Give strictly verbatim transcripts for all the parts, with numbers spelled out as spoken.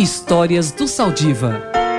Histórias do Saldiva.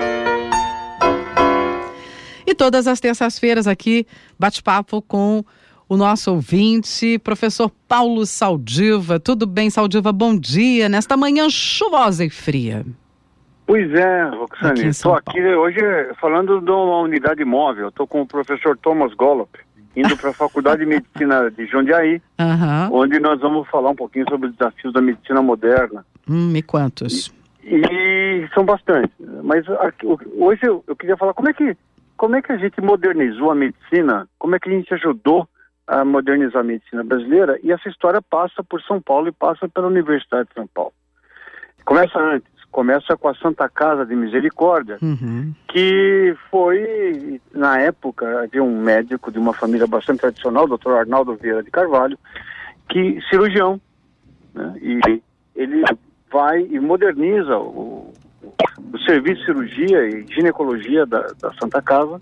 E todas as terças-feiras aqui, bate-papo com o nosso ouvinte, professor Paulo Saldiva. Tudo bem, Saldiva? Bom dia, nesta manhã chuvosa e fria. Pois é, Roxane, estou aqui hoje falando de uma unidade móvel. Estou com o professor Thomas Gollop, indo para a Faculdade de Medicina de Jundiaí, uhum. onde nós vamos falar um pouquinho sobre os desafios da medicina moderna. Hum, e quantos? E, e são bastantes. Mas aqui, hoje eu, eu queria falar como é, que, como é que a gente modernizou a medicina, como é que a gente ajudou a modernizar a medicina brasileira, e essa história passa por São Paulo e passa pela Universidade de São Paulo. Começa antes. Começa com a Santa Casa de Misericórdia, uhum. que foi, na época, de um médico de uma família bastante tradicional, o doutor Arnaldo Vieira de Carvalho, que cirurgião, né? E ele vai e moderniza o, o serviço de cirurgia e ginecologia da, da Santa Casa,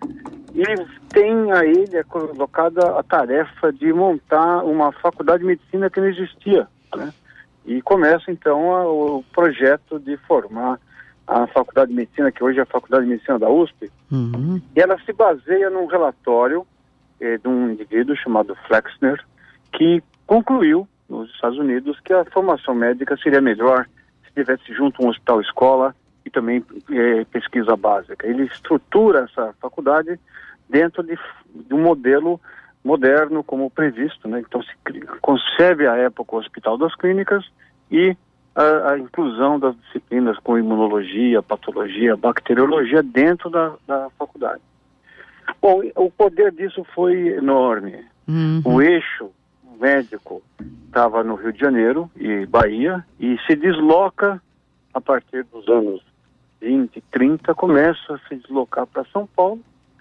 e tem a ele é colocada a tarefa de montar uma faculdade de medicina que não existia, né? E começa, então, a, o projeto de formar a Faculdade de Medicina, que hoje é a Faculdade de Medicina da U S P. Uhum. E ela se baseia num relatório eh, de um indivíduo chamado Flexner, que concluiu, nos Estados Unidos, que a formação médica seria melhor se tivesse junto um hospital-escola e também eh, pesquisa básica. Ele estrutura essa faculdade dentro de, de um modelo moderno, como previsto, né? Então se concebe à época o Hospital das Clínicas e a, a inclusão das disciplinas com imunologia, patologia, bacteriologia dentro da, da faculdade. Bom, o poder disso foi enorme. Uhum. O eixo médico estava no Rio de Janeiro e Bahia e se desloca a partir dos anos vinte, trinta, começa a se deslocar para São Paulo.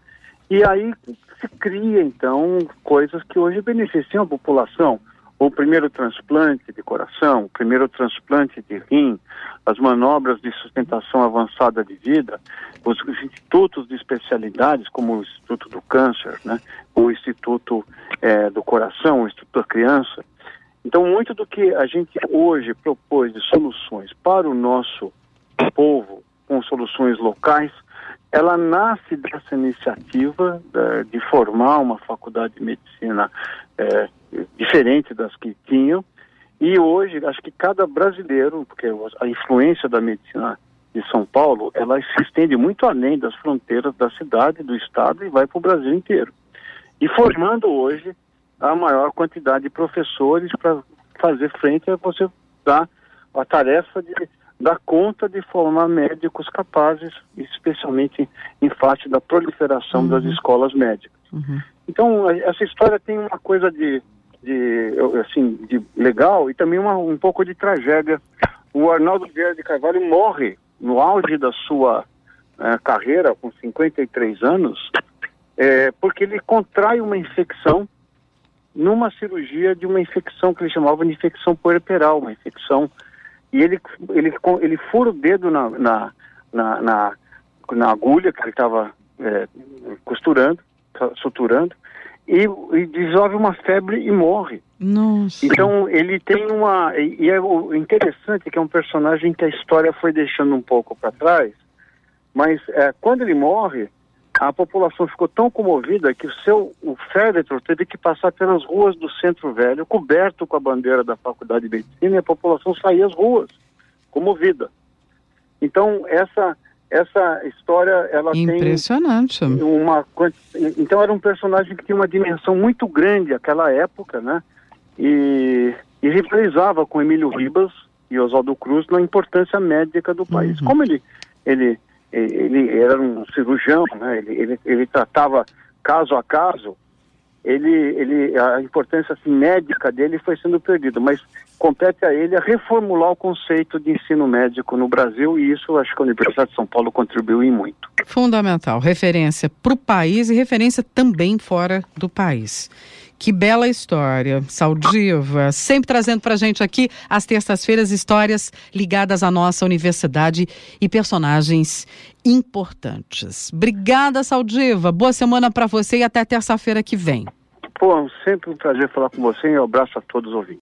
E aí se cria, então, coisas que hoje beneficiam a população. O primeiro transplante de coração, o primeiro transplante de rim, as manobras de sustentação avançada de vida, os institutos de especialidades, como o Instituto do Câncer, né? O Instituto é, do Coração, o Instituto da Criança. Então, muito do que a gente hoje propôs de soluções para o nosso povo, com soluções locais, ela nasce dessa iniciativa de, de formar uma faculdade de medicina é, diferente das que tinham, e hoje acho que cada brasileiro, porque a influência da medicina de São Paulo, ela se estende muito além das fronteiras da cidade, do estado, e vai para o Brasil inteiro. E formando hoje a maior quantidade de professores para fazer frente a você dar a tarefa de dar conta de formar médicos capazes, especialmente em face da proliferação uhum. das escolas médicas. Uhum. Então, essa história tem uma coisa de, de, assim, de legal e também uma, um pouco de tragédia. O Arnaldo Vieira de Carvalho morre no auge da sua uh, carreira, com cinquenta e três anos, é, porque ele contrai uma infecção numa cirurgia de uma infecção que ele chamava de infecção puerperal, uma infecção. E ele, ele, ele fura o dedo na, na, na, na, na agulha que ele estava é, costurando, suturando, e, e desenvolve uma febre e morre. Nossa. Então ele tem uma... E é o interessante que é um personagem que a história foi deixando um pouco para trás, mas é, quando ele morre, a população ficou tão comovida que o seu o féretro teve que passar pelas ruas do Centro Velho, coberto com a bandeira da Faculdade de Medicina, e a população saía às ruas, comovida. Então, essa, essa história, ela Impressionante. tem uma... Então, era um personagem que tinha uma dimensão muito grande naquela época, né? E, e rivalizava com Emílio Ribas e Oswaldo Cruz na importância médica do país. Uhum. Como ele... ele ele era um cirurgião, né? ele, ele, ele tratava caso a caso, ele, ele, a importância assim, médica dele foi sendo perdida, mas compete a ele a reformular o conceito de ensino médico no Brasil, e isso acho que a Universidade de São Paulo contribuiu em muito. Fundamental, referência para o país e referência também fora do país. Que bela história, Saldiva, sempre trazendo para a gente aqui, às terças-feiras, histórias ligadas à nossa universidade e personagens importantes. Obrigada, Saldiva, boa semana para você e até terça-feira que vem. Pô, sempre um prazer falar com você e um abraço a todos os ouvintes.